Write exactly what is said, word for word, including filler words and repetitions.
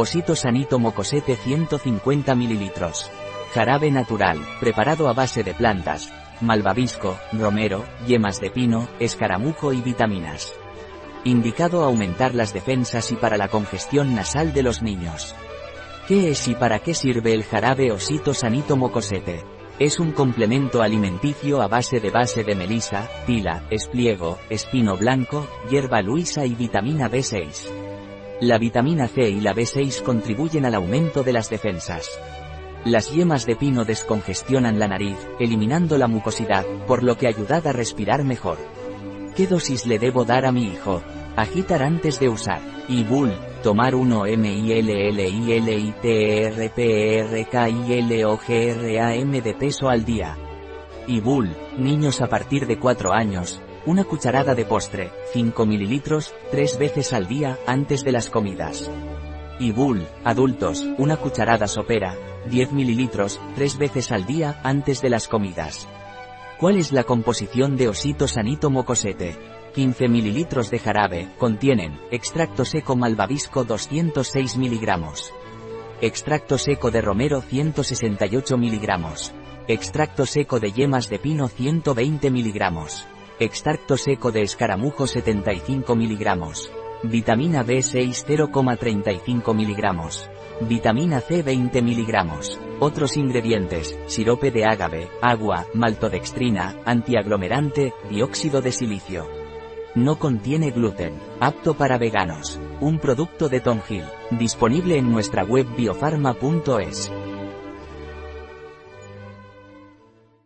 Osito Sanito Mocosete ciento cincuenta mililitros. Jarabe natural, preparado a base de plantas, malvavisco, romero, yemas de pino, escaramujo y vitaminas. Indicado a aumentar las defensas y para la congestión nasal de los niños. ¿Qué es y para qué sirve el jarabe Osito Sanito Mocosete? Es un complemento alimenticio a base de base de melisa, tila, espliego, espino blanco, hierba luisa y vitamina B seis. La vitamina C y la B seis contribuyen al aumento de las defensas. Las yemas de pino descongestionan la nariz, eliminando la mucosidad, por lo que ayuda a respirar mejor. ¿Qué dosis le debo dar a mi hijo? Agitar antes de usar. Ibul, tomar uno mililitros de peso al día. Ibul, niños a partir de cuatro años, una cucharada de postre, cinco mililitros, tres veces al día, antes de las comidas. Ibul, adultos, una cucharada sopera, diez mililitros, tres veces al día, antes de las comidas. ¿Cuál es la composición de Osito Sanito Mocosete? quince mililitros de jarabe, contienen, extracto seco malvavisco doscientos seis miligramos. Extracto seco de romero ciento sesenta y ocho miligramos. Extracto seco de yemas de pino ciento veinte miligramos. Extracto seco de escaramujo setenta y cinco miligramos. Vitamina B seis cero coma treinta y cinco miligramos. Vitamina C veinte miligramos. Otros ingredientes, sirope de ágave, agua, maltodextrina, antiaglomerante, dióxido de silicio. No contiene gluten. Apto para veganos. Un producto de Tonghil. Disponible en nuestra web biofarma punto es.